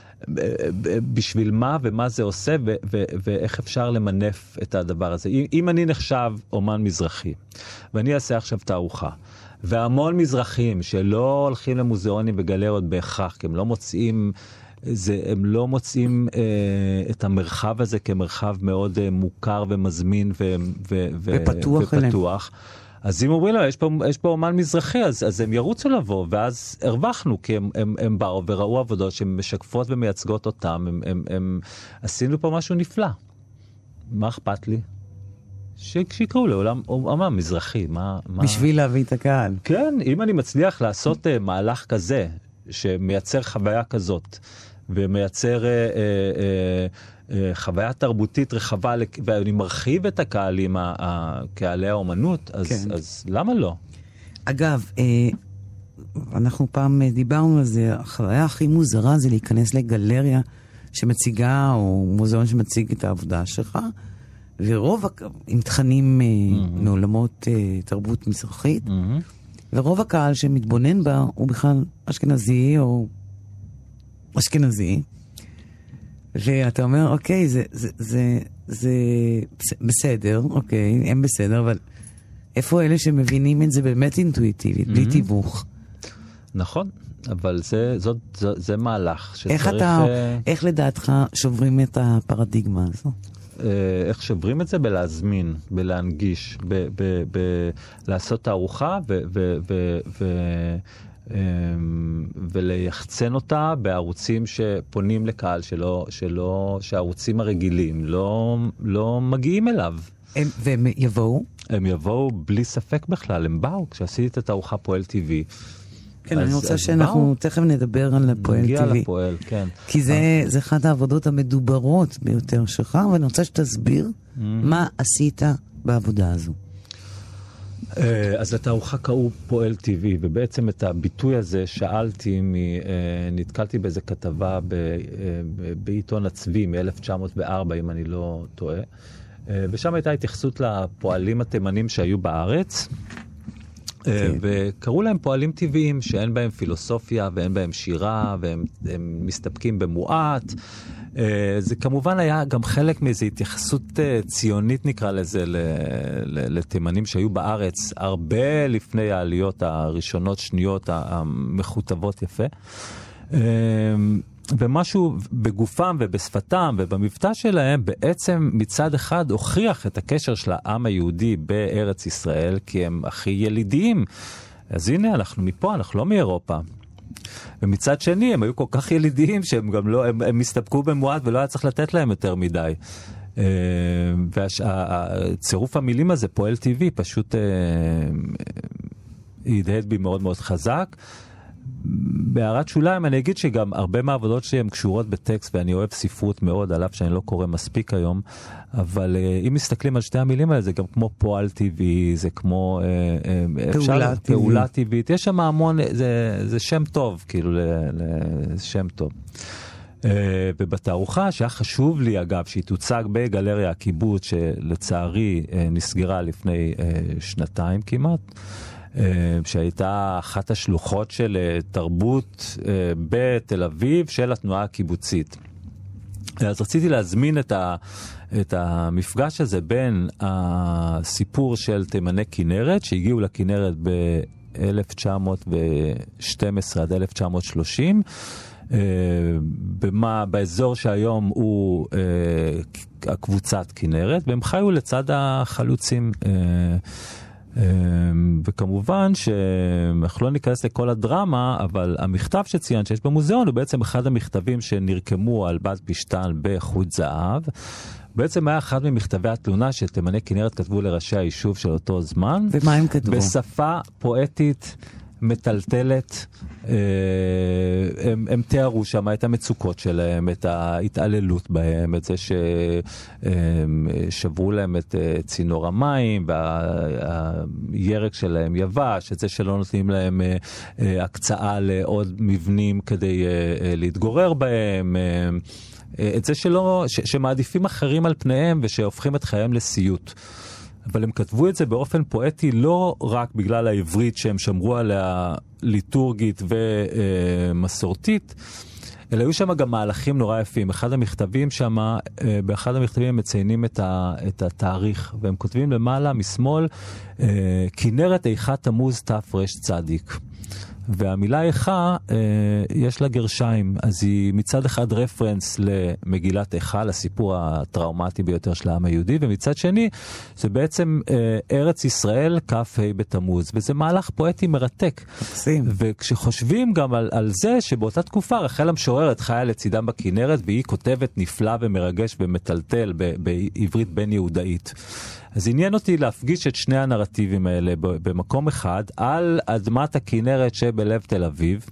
בשביל מה ומה זה עושה ו, ו, ואיך אפשר למנף את הדבר הזה. אם, אם אני נחשב אומן מזרחי, ואני אעשה עכשיו תערוכה, והמון מזרחים שלא הולכים למוזיאונים וגלריות בהכרח, כי הם לא מוצאים, זה, הם לא מוצאים אה, את המרחב הזה כמרחב מאוד אה, מוכר ומזמין ו, ו, ו, ופתוח, ופתוח. אז אם אומרים לו, יש פה, יש פה אומן מזרחי, אז, אז הם ירוצו לבוא, ואז הרווחנו, כי הם, הם, הם באו וראו עבודות שהן משקפות ומייצגות אותם, הם, הם, הם, עשינו פה משהו נפלא. מה אכפת לי? שיקראו לעולם אומן מזרחי, מה, מה... בשביל להביא את הקהל. כן, אם אני מצליח לעשות uh, מהלך כזה, שמייצר חוויה כזאת, ומייצר uh, uh, uh, uh, חוויה תרבותית רחבה, ואני מרחיב את הקהלים, קהלי האומנות, אז, כן. אז למה לא? אגב, uh, אנחנו פעם דיברנו על זה, החוויה הכי מוזרה זה להיכנס לגלריה שמציגה, או מוזיאון שמציג את העבודה שלך, ורוב, עם תכנים mm-hmm. מעולמות uh, תרבות מזרחית, mm-hmm. ורוב הקהל שמתבונן בה הוא בכלל אשכנזי או אשכנזי, ואתה אומר, אוקיי, זה, זה, זה, זה בסדר, אוקיי, הם בסדר, אבל איפה אלה שמבינים את זה באמת אינטואיטיבית, mm-hmm. בלי תיווך? נכון, אבל זה, זאת, זה, זה מהלך שצריך... איך אתה, איך לדעתך שוברים את הפרדיגמה הזו? איך שוברים את זה? בלהזמין, בלהנגיש, ב- ב- ב- לעשות תערוכה ו- ו- ו- ו- וליחצן אותה בערוצים שפונים לקהל שלא, שלא, שהערוצים הרגילים לא, לא מגיעים אליו. הם, והם יבואו? הם יבואו בלי ספק בכלל, הם באו. כשעשיתי את התערוכה פועל טבעי, כן, אני רוצה שאנחנו תכף נדבר על הפועל טבעי. נגיע לפועל, כן. כי זה אחת העבודות המדוברות ביותר שלך, ואני רוצה שתסביר מה עשית בעבודה הזו. אז לתערוכה קראו פועל טבעי, ובעצם את הביטוי הזה שאלתי, נתקלתי באיזה כתבה בעיתון הצבי מ-אלף תשע מאות וארבע, אם אני לא טועה, ושם הייתה התייחסות לפועלים התימנים שהיו בארץ, וקראו להם פועלים טבעיים, שאין בהם פילוסופיה ואין בהם שירה, והם מסתפקים במועט. זה כמובן היה גם חלק מאיזו התייחסות ציונית, נקרא לזה, לתימנים שהיו בארץ הרבה לפני העליות הראשונות, שניות, המחוטבות יפה. ומשהו בגופם ובשפתם ובמבטא שלהם בעצם מצד אחד הוכיח את הקשר של העם היהודי בארץ ישראל, כי הם הכי ילידיים. אז הנה, אנחנו מפה, אנחנו לא מאירופה. ומצד שני, הם היו כל כך ילידיים שהם גם לא, הם, הם הסתפקו במועט ולא היה צריך לתת להם יותר מדי. והצירוף המילים הזה, פועל טבעי, פשוט הדהד בי מאוד מאוד חזק. בהערת שוליים אני אגיד שגם הרבה מהעבודות שהן קשורות בטקסט, ואני אוהב ספרות מאוד, עליו שאני לא קורא מספיק היום, אבל uh, אם מסתכלים על שתי המילים האלה, זה גם כמו פועל טבעי, זה כמו uh, uh, פעולה, אפשר, פעולה טבעית, יש שם המון, זה, זה שם טוב, כאילו, לשם טוב. Uh, ובתערוכה שהיה חשוב לי אגב שהיא תוצג בגלריה הקיבוץ שלצערי uh, נסגרה לפני uh, שנתיים כמעט, שהייתה אחת השלוחות של תרבות בתל אביב של התנועה הקיבוצית. אז רציתי להזמין את, ה, את המפגש הזה בין הסיפור של תימני כנרת, שהגיעו לכנרת ב-אלף תשע מאות ושתים עשרה עד אלף תשע מאות שלושים, במה, באזור שהיום הוא הקבוצת כנרת, והם חיו לצד החלוצים. וכמובן שאנחנו לא ניכנס לכל הדרמה, אבל המכתב שציין שיש במוזיאון הוא בעצם אחד המכתבים שנרקמו על בד פשטן בחוט זהב. בעצם היה אחד ממכתבי התלונה שתימני כנרת כתבו לראשי היישוב של אותו זמן. ומה הם כתבו? בשפה פואטית מטלטלת. הם, הם תיארו שם את המצוקות שלהם, את ההתעללות בהם, את זה ששברו להם את צינור המים, והירק שלהם יבש, את זה שלא נותנים להם הקצאה לעוד מבנים כדי להתגורר בהם, את זה שלא, ש, שמעדיפים אחרים על פניהם ושהופכים את חייהם לסיוט. אבל הם כתבו את זה באופן פואטי לא רק בגלל העברית שהם שמרו עליה ליטורגית ומסורתית, אלא היו שם גם מהלכים נורא יפים. אחד המכתבים שם, באחד המכתבים הם מציינים את, ה, את התאריך, והם כותבים למעלה משמאל, כנרת איכה תמוז תרש צדיק. והמילה איכה, יש לה גרשיים, אז היא מצד אחד רפרנס למגילת איכה, לסיפור הטראומטי ביותר של העם היהודי, ומצד שני, זה בעצם ארץ ישראל כף ה' בתמוז, וזה מהלך פואטי מרתק. מקסים. וכשחושבים גם על, על זה שבאותה תקופה רחל המשוררת חיה לצידם בכנרת, והיא כותבת נפלא ומרגש ומטלטל בעברית בין יהודאית. אז עניין אותי להפגיש את שני הנרטיבים האלה במקום אחד, על אדמת הכנרת שבלב תל אביב.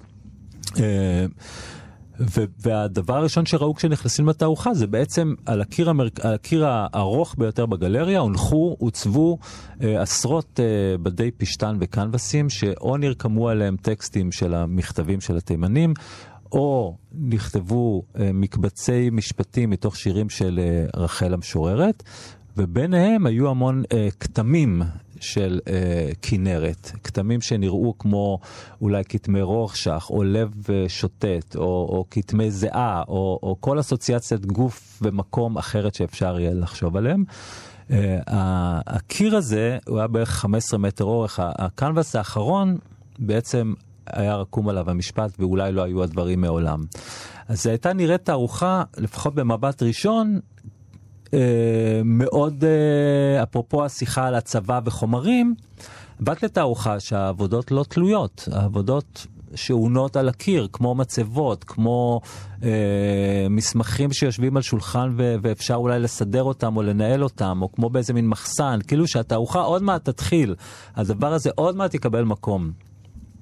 והדבר הראשון שראו כשנכנסים לתערוכה, זה בעצם על הקיר, המר... על הקיר הארוך ביותר בגלריה, הונחו, הוצבו עשרות בדי פשטן וקנבסים, שאו נרקמו עליהם טקסטים של המכתבים של התימנים, או נכתבו מקבצי משפטים מתוך שירים של רחל המשוררת, וביניהם היו המון uh, כתמים של uh, כנרת, כתמים שנראו כמו אולי כתמי רורשך, או לב uh, שוטט, או, או כתמי זהה, או, או כל אסוציאציית גוף ומקום אחרת שאפשר יהיה לחשוב עליהם. Uh, הקיר הזה, הוא היה בערך חמישה עשר מטר אורך, הקנבס האחרון בעצם היה רקום עליו המשפט, ואולי לא היו הדברים מעולם. אז הייתה נראית תערוכה, לפחות במבט ראשון, Uh, מאוד, uh, אפרופו השיחה על הצבא וחומרים, באת לתערוכה שהעבודות לא תלויות, העבודות שעונות על הקיר, כמו מצבות, כמו uh, מסמכים שיושבים על שולחן ו- ואפשר אולי לסדר אותם או לנהל אותם, או כמו באיזה מין מחסן, כאילו שהתערוכה עוד מעט תתחיל, הדבר הזה עוד מעט יקבל מקום.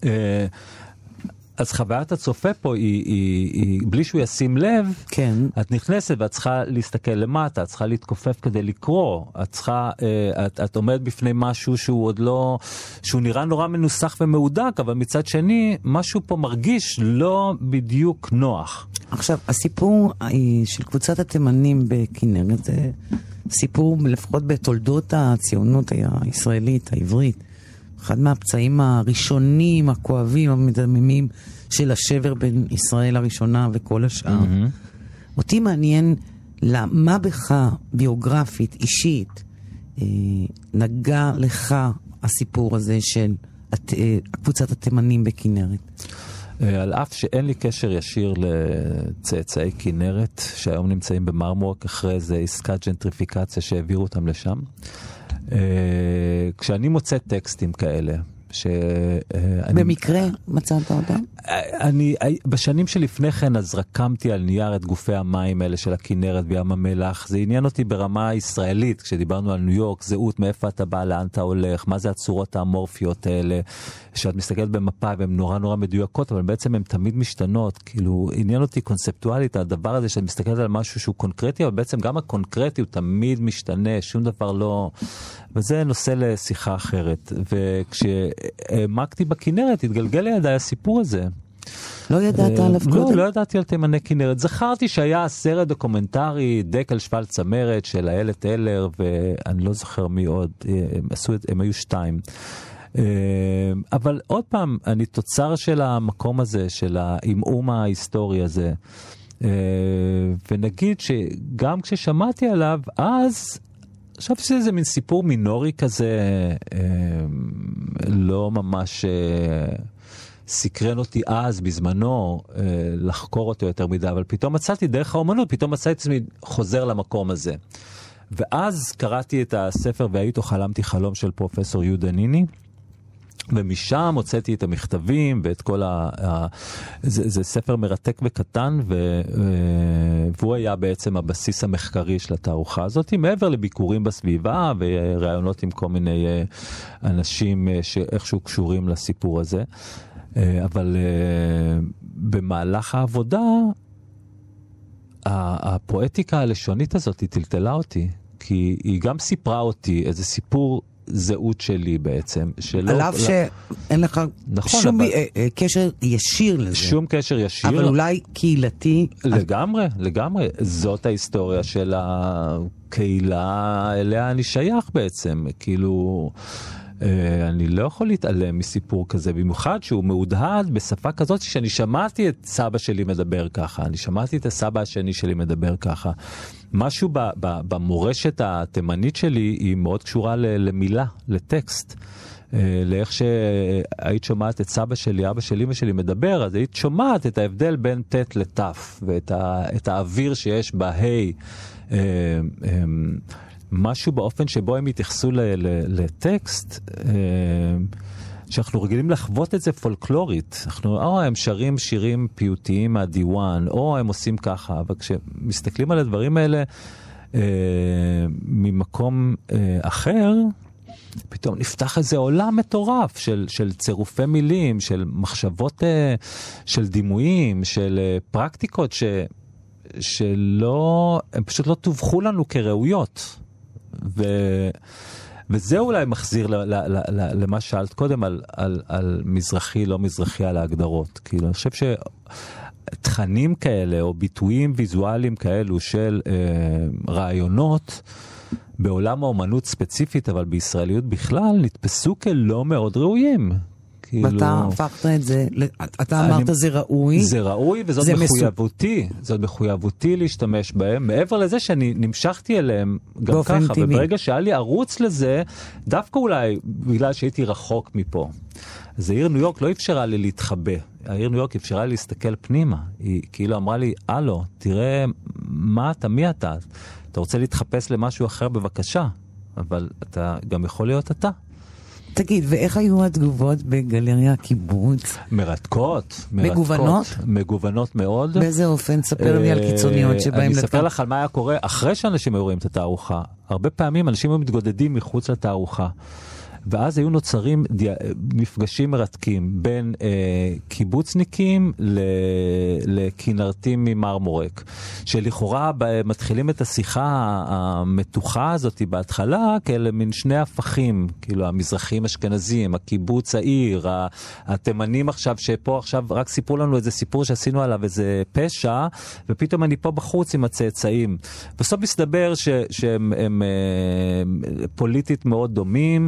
אז חוויית הצופה פה היא, היא, היא, בלי שהוא ישים לב, כן. את נכנסת ואת צריכה להסתכל למטה, את צריכה להתכופף כדי לקרוא, את צריכה, את, את עומדת בפני משהו שהוא עוד לא, שהוא נראה נורא מנוסח ומעודק, אבל מצד שני, משהו פה מרגיש לא בדיוק נוח. עכשיו, הסיפור של קבוצת התימנים בכנרת, זה סיפור לפחות בתולדות הציונות הישראלית, העברית, אחד מהפצעים הראשונים, הכואבים, המדממים של השבר בין ישראל הראשונה וכל השאר. Mm-hmm. אותי מעניין למה בך ביוגרפית, אישית, אה, נגע לך הסיפור הזה של הת, אה, קבוצת התימנים בכנרת. אה, על אף שאין לי קשר ישיר לצאצאי כנרת, שהיום נמצאים במרמורק אחרי איזו עסקת ג'נטריפיקציה שהעבירו אותם לשם. Uh, כשאני מוצא טקסטים כאלה, ש... Uh, במקרה אני, מצאת אותם? אני, בשנים שלפני כן אז רקמתי על נייר את גופי המים האלה של הכנרת וים המלח, זה עניין אותי ברמה ישראלית, כשדיברנו על ניו יורק, זהות, מאיפה אתה בא, לאן אתה הולך, מה זה הצורות האמורפיות האלה, שאת מסתכלת במפה והן נורא נורא מדויקות, אבל בעצם הן תמיד משתנות, כאילו עניין אותי קונספטואלית, הדבר הזה שאת מסתכלת על משהו שהוא קונקרטי, אבל בעצם גם הקונקרטי הוא תמיד משתנה, שום דבר לא... וזה נושא לשיחה אחרת. וכשהעמקתי בכנרת, התגלגל לידי הסיפור הזה. לא ידעת עליו קודם? לא, לא ידעתי על תימני כנרת. זכרתי שהיה סרט דוקומנטרי, דק על שפל צמרת, של איילת טלר, ואני לא זוכר מי עוד, הם, עשו, הם היו שתיים. אבל עוד פעם, אני תוצר של המקום הזה, של האימום ההיסטורי הזה. ונגיד שגם כששמעתי עליו, אז... חשבתי שזה איזה מין סיפור מינורי כזה, אה, לא ממש אה, סקרן אותי אז בזמנו אה, לחקור אותו יותר מדי, אבל פתאום מצאתי דרך האומנות, פתאום מצאתי עצמי חוזר למקום הזה. ואז קראתי את הספר והייתו חלמתי חלום של פרופסור יהודה ניני, ומשם הוצאתי את המכתבים ואת כל ה... ה זה, זה ספר מרתק וקטן, ו, והוא היה בעצם הבסיס המחקרי של התערוכה הזאת, מעבר לביקורים בסביבה ורעיונות עם כל מיני אנשים שאיכשהו קשורים לסיפור הזה. אבל במהלך העבודה, הפואטיקה הלשונית הזאת היא טלטלה אותי, כי היא גם סיפרה אותי איזה סיפור זהות שלי בעצם. על אף שאין לך שום קשר ישיר לזה. שום קשר ישיר. אבל אולי קהילתי. לגמרי, לגמרי. זאת ההיסטוריה של הקהילה אליה אני שייך בעצם. כאילו, אני לא יכול להתעלם מסיפור כזה, במיוחד שהוא מעודהד בשפה כזאת שאני שמעתי את סבא שלי מדבר ככה, אני שמעתי את הסבא השני שלי מדבר ככה. משהו ב- ב- במורשת התימנית שלי היא מאוד קשורה ל- למילה, לטקסט. לאיך שהיית שומעת את סבא שלי, אבא שלי ושלי מדבר, אז היית שומעת את ההבדל בין תת לטף, ואת ה- את האוויר שיש בהי, משהו באופן שבו הם התייחסו ל- ל- לטקסט, שאנחנו רגילים לחוות את זה פולקלורית. אנחנו, או הם שרים שירים פיוטיים מהדיוואן, או הם עושים ככה, אבל כשמסתכלים על הדברים האלה אה, ממקום אה, אחר, פתאום נפתח איזה עולם מטורף של, של צירופי מילים, של מחשבות, אה, של דימויים, של אה, פרקטיקות ש, שלא, הם פשוט לא תובחו לנו כראויות. ו... וזה אולי מחזיר ל, ל, ל, ל, למה שאלת קודם על, על, על מזרחי, לא מזרחי, על ההגדרות. כאילו, אני חושב שתכנים כאלה, או ביטויים ויזואליים כאלו של אה, רעיונות, בעולם האומנות ספציפית, אבל בישראליות בכלל, נתפסו כלא מאוד ראויים. ואתה הפכת את זה, אתה אמרת זה ראוי. זה ראוי, וזאת מחויבותי. זאת מחויבותי להשתמש בהם, מעבר לזה שאני נמשכתי אליהם גם ככה, וברגע שהיה לי ערוץ לזה, דווקא אולי בגלל שהייתי רחוק מפה. אז העיר ניו יורק לא אפשרה לי להתחבא. העיר ניו יורק אפשרה לי להסתכל פנימה. היא כאילו אמרה לי, אלו, תראה מה אתה, מי אתה? אתה רוצה להתחפש למשהו אחר בבקשה, אבל אתה גם יכול להיות אתה. תגיד, ואיך היו התגובות בגלריה הקיבוץ? מרתקות, מרתקות. מגוונות? מגוונות מאוד. באיזה אופן? ספר לי על קיצוניות שבהם... אני אספר לך על מה היה קורה אחרי שאנשים היו רואים את התערוכה. הרבה פעמים אנשים היו מתגודדים מחוץ לתערוכה. ואז היו נוצרים די... מפגשים מרתקים בין אה, קיבוצניקים ל... לכינרתים ממרמורק, שלכאורה ב... מתחילים את השיחה המתוחה הזאת בהתחלה כאלה מין שני הפכים, כאילו המזרחים אשכנזים, הקיבוץ העיר, התימנים עכשיו שפה עכשיו רק סיפרו לנו איזה סיפור שעשינו עליו איזה פשע, ופתאום אני פה בחוץ עם הצאצאים. בסוף מסתבר ש... שהם הם, הם, פוליטית מאוד דומים,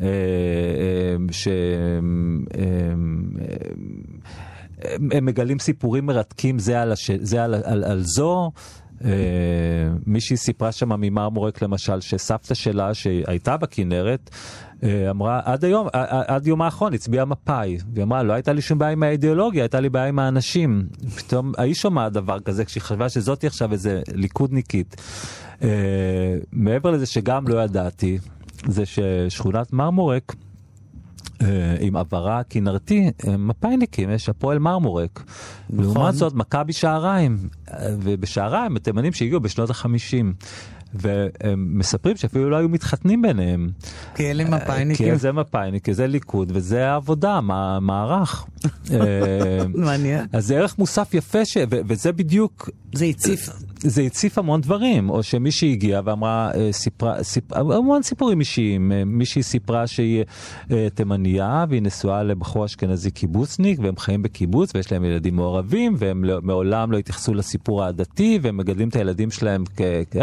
שהם הם, הם, הם מגלים סיפורים מרתקים זה על, הש... זה על, על, על זו. Uh, מישהי סיפרה שם ממרמורק למשל שסבתא שלה שהייתה בכנרת uh, אמרה עד היום, עד יום האחרון הצביעה מפאי, והיא אמרה לא הייתה לי שום בעיה עם האידיאולוגיה, הייתה לי בעיה עם האנשים. פתאום האיש שומע דבר כזה כשהיא חשבה שזאת עכשיו איזה ליכודניקית. uh, מעבר לזה שגם לא ידעתי זה ששכונת מרמורק עם עברה כנרתי, מפאיניקים, יש הפועל מרמורק. לעומת זאת, מכבי שעריים, ובשעריים התימנים שהגיעו בשנות החמישים, והם מספרים שאפילו לא היו מתחתנים ביניהם. כי אלה מפאיניקים. כי זה מפאיניק, זה ליכוד, וזה העבודה, מערך. מעניין. אז זה ערך מוסף יפה, וזה בדיוק... זה הציף. זה הציף המון דברים, או שמישהי הגיעה ואמרה, סיפרה, סיפרה, המון סיפורים אישיים, מישהי סיפרה שהיא תימניה, והיא נשואה לבחור אשכנזי קיבוצניק, והם חיים בקיבוץ, ויש להם ילדים מעורבים, והם מעולם לא התייחסו לסיפור העדתי, והם מגדלים את הילדים שלהם כ...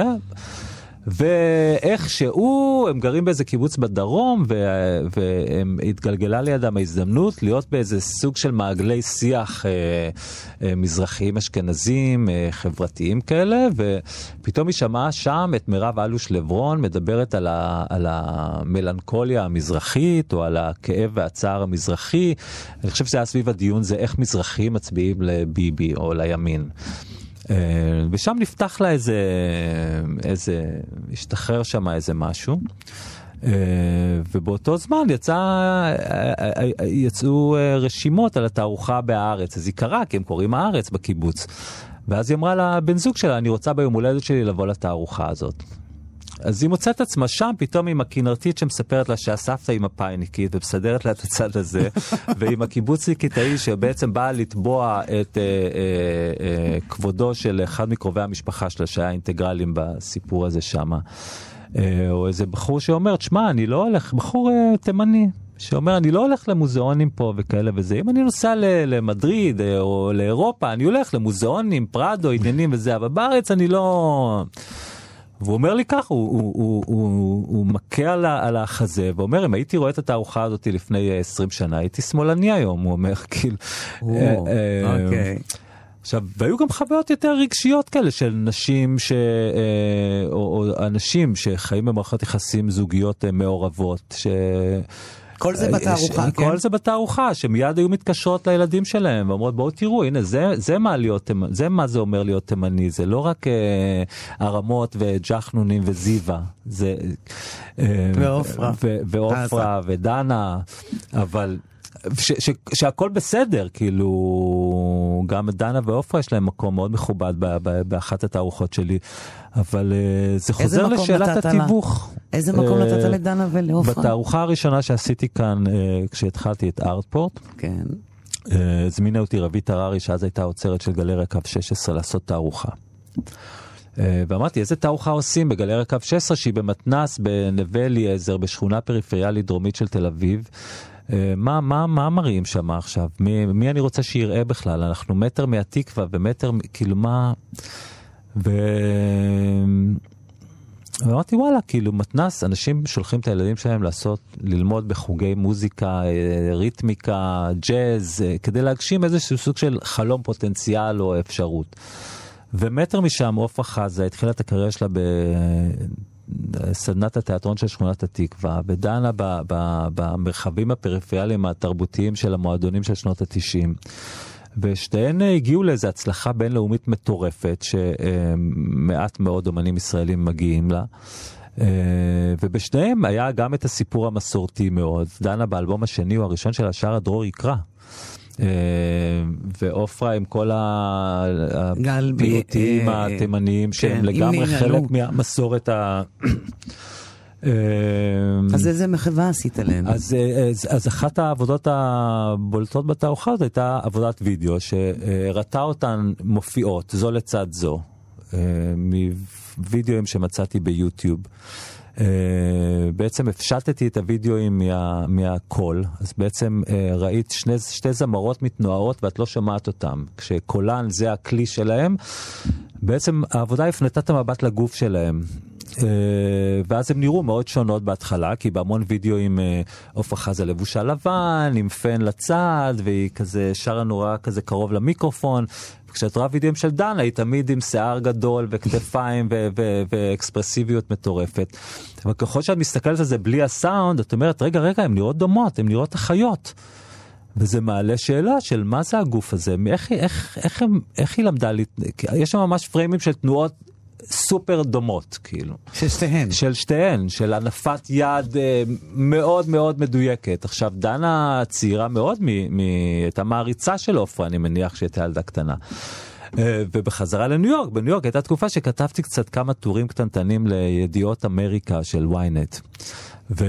ואיכשהו הם גרים באיזה קיבוץ בדרום, ו- והם התגלגלה לידם ההזדמנות להיות באיזה סוג של מעגלי שיח אה, אה, מזרחיים אשכנזים, אה, חברתיים כאלה, ופתאום היא שמעה שם את מירב אלוש לברון מדברת על, ה- על המלנכוליה המזרחית, או על הכאב והצער המזרחי. אני חושב שזה היה סביב הדיון, זה איך מזרחים מצביעים לביבי או לימין. ושם נפתח לה איזה, איזה, השתחרר שם איזה משהו, ובאותו זמן יצא, יצאו רשימות על התערוכה בהארץ, אז היא קרה, כי הם קוראים הארץ בקיבוץ, ואז היא אמרה לבן זוג שלה, אני רוצה ביום הולדת שלי לבוא לתערוכה הזאת. אז היא מוצאת עצמה שם פתאום עם הכנרתית שמספרת לה שהסבתא היא מפאיניקית ומסדרת לה את הצד הזה, ועם הקיבוצניקית ההיא שבעצם באה לתבוע את אה, אה, אה, כבודו של אחד מקרובי המשפחה שלה שהיה אינטגרלים בסיפור הזה שם. אה, או איזה בחור שאומר, תשמע, אני לא הולך, בחור אה, תימני, שאומר, אני לא הולך למוזיאונים פה וכאלה וזה. אם אני נוסע למדריד או לאירופה, אני הולך למוזיאונים, פרדו, עניינים וזה, אבל בארץ אני לא... והוא אומר לי כך, הוא, הוא, הוא, הוא, הוא מכה על, על החזה, ואומר, אם הייתי רואה את התערוכה הזאת לפני עשרים שנה, הייתי שמאלני היום, הוא אומר, כאילו... אוקיי. עכשיו, והיו גם חוויות יותר רגשיות כאלה, של נשים ש... או, או אנשים שחיים במערכות יחסים זוגיות מעורבות, ש... כל זה בתערוכה, כן? כל זה בתערוכה, שמיד היו מתקשרות לילדים שלהם, ואומרות, בואו תראו, הנה, זה, זה מה להיות, זה מה זה אומר להיות תימני, זה לא רק אה, הרמות וג'חנונים וזיווה, זה... אה, ואופרה. ו- ואופרה ודנה, אבל... ש- ש- שהכל בסדר, כאילו, גם דנה ואופרה יש להם מקום מאוד מכובד ב- ב- באחת התערוכות שלי, אבל uh, זה חוזר לשאלת התיווך. איזה מקום uh, נתת לדנה ולאופרה? בתערוכה הראשונה שעשיתי כאן, uh, כשהתחלתי את ארטפורט, כן. uh, זמינה אותי רבית הררי, שאז הייתה עוצרת של גלריה קו שש עשרה לעשות תערוכה. Uh, ואמרתי, איזה תערוכה עושים בגלריה קו שש עשרה, שהיא במתנס בנווה אליעזר, בשכונה פריפריאלית דרומית של תל אביב, מה, מה, מה מראים שם עכשיו? מי, מי אני רוצה שיראה בכלל? אנחנו מטר מהתקווה ומטר, כאילו מה... ו... ואמרתי, וואלה, כאילו מתנס, אנשים שולחים את הילדים שלהם לעשות, ללמוד בחוגי מוזיקה, ריתמיקה, ג'אז, כדי להגשים איזשהו סוג של חלום פוטנציאל או אפשרות. ומטר משם, עופרה חזה, התחילה את הקריירה שלה ב... סדנת התיאטרון של שכונת התקווה, ודנה ב- ב- במרחבים הפריפריאליים התרבותיים של המועדונים של שנות התשעים. ושתיהן הגיעו לאיזו הצלחה בינלאומית מטורפת, שמעט מאוד אומנים ישראלים מגיעים לה. ובשניהם היה גם את הסיפור המסורתי מאוד. דנה באלבום השני הוא הראשון של השאר הדרור יקרא. ואופרה עם כל הפיוטים התימניים שהם לגמרי חלק מהמסורת אז איזה מחווה עשית להם? אז, אז, אז אחת העבודות הבולטות בתערוכה הזאת הייתה עבודת וידאו, שהראתה אותן מופיעות זו לצד זו, מווידאוים שמצאתי ביוטיוב. בעצם הפשטתי את הוידאוים מה, מהקול, אז בעצם ראית שני, שתי זמרות מתנועות ואת לא שמעת אותם. כשקולן זה הכלי שלהם, בעצם העבודה הפנתה את המבט לגוף שלהם. ואז הם נראו מאוד שונות בהתחלה, כי בהמון וידאוים עופרה חזה לבושה לבן, עם פן לצד, והיא כזה שרה נורא כזה קרוב למיקרופון. כשאת רואה וידאוים של דנה, היא תמיד עם שיער גדול וכתפיים ו- ו- ואקספרסיביות מטורפת. אבל ככל שאת מסתכלת על זה בלי הסאונד, את אומרת, רגע, רגע, הן נראות דומות, הן נראות אחיות. וזה מעלה שאלה של מה זה הגוף הזה, איך, איך, איך, הם, איך היא למדה, יש שם ממש פריימים של תנועות סופר דומות, כאילו. של שתיהן. של שתיהן, של ענפת יד אה, מאוד מאוד מדויקת. עכשיו, דנה צעירה מאוד, מ- מ- את המעריצה של עופרה, אני מניח שהייתה ילדה קטנה. אה, ובחזרה לניו יורק, בניו יורק הייתה תקופה שכתבתי קצת כמה טורים קטנטנים לידיעות אמריקה של וויינט. ו...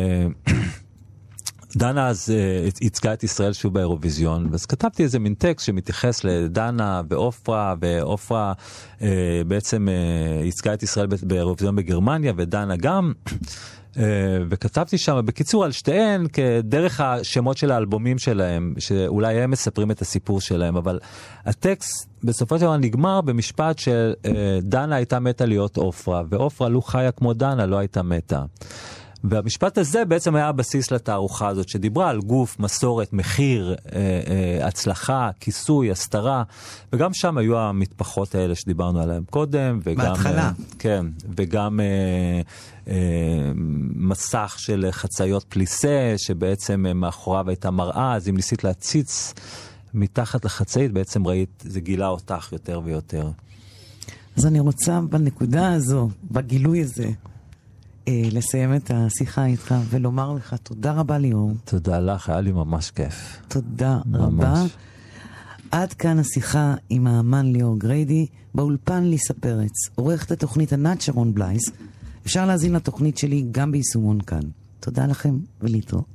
דנה אז uh, ייצגה את ישראל שוב באירוויזיון, ואז כתבתי איזה מין טקסט שמתייחס לדנה ואופרה, ואופרה uh, בעצם uh, ייצגה את ישראל באירוויזיון בגרמניה, ודנה גם, uh, וכתבתי שם בקיצור על שתיהן, כדרך השמות של האלבומים שלהם, שאולי הם מספרים את הסיפור שלהם, אבל הטקסט בסופו של דבר נגמר במשפט של uh, דנה הייתה מתה להיות אופרה, ואופרה לו חיה כמו דנה לא הייתה מתה. והמשפט הזה בעצם היה הבסיס לתערוכה הזאת, שדיברה על גוף, מסורת, מחיר, אה, אה, הצלחה, כיסוי, הסתרה, וגם שם היו המטפחות האלה שדיברנו עליהם קודם, וגם... בהתחלה. אה, כן, וגם אה, אה, מסך של חציות פליסה, שבעצם אה, מאחוריו הייתה מראה, אז אם ניסית להציץ מתחת לחצאית, בעצם ראית, זה גילה אותך יותר ויותר. אז אני רוצה בנקודה הזו, בגילוי הזה, לסיים את השיחה איתך ולומר לך תודה רבה ליאור. תודה לך, היה לי ממש כיף. תודה ממש. רבה. עד כאן השיחה עם האמן ליאור גריידי, באולפן ליסה פרץ, עורכת התוכנית ענת שרון בלייס. אפשר להזין לתוכנית שלי גם ביישומון כאן. תודה לכם ולהתראות.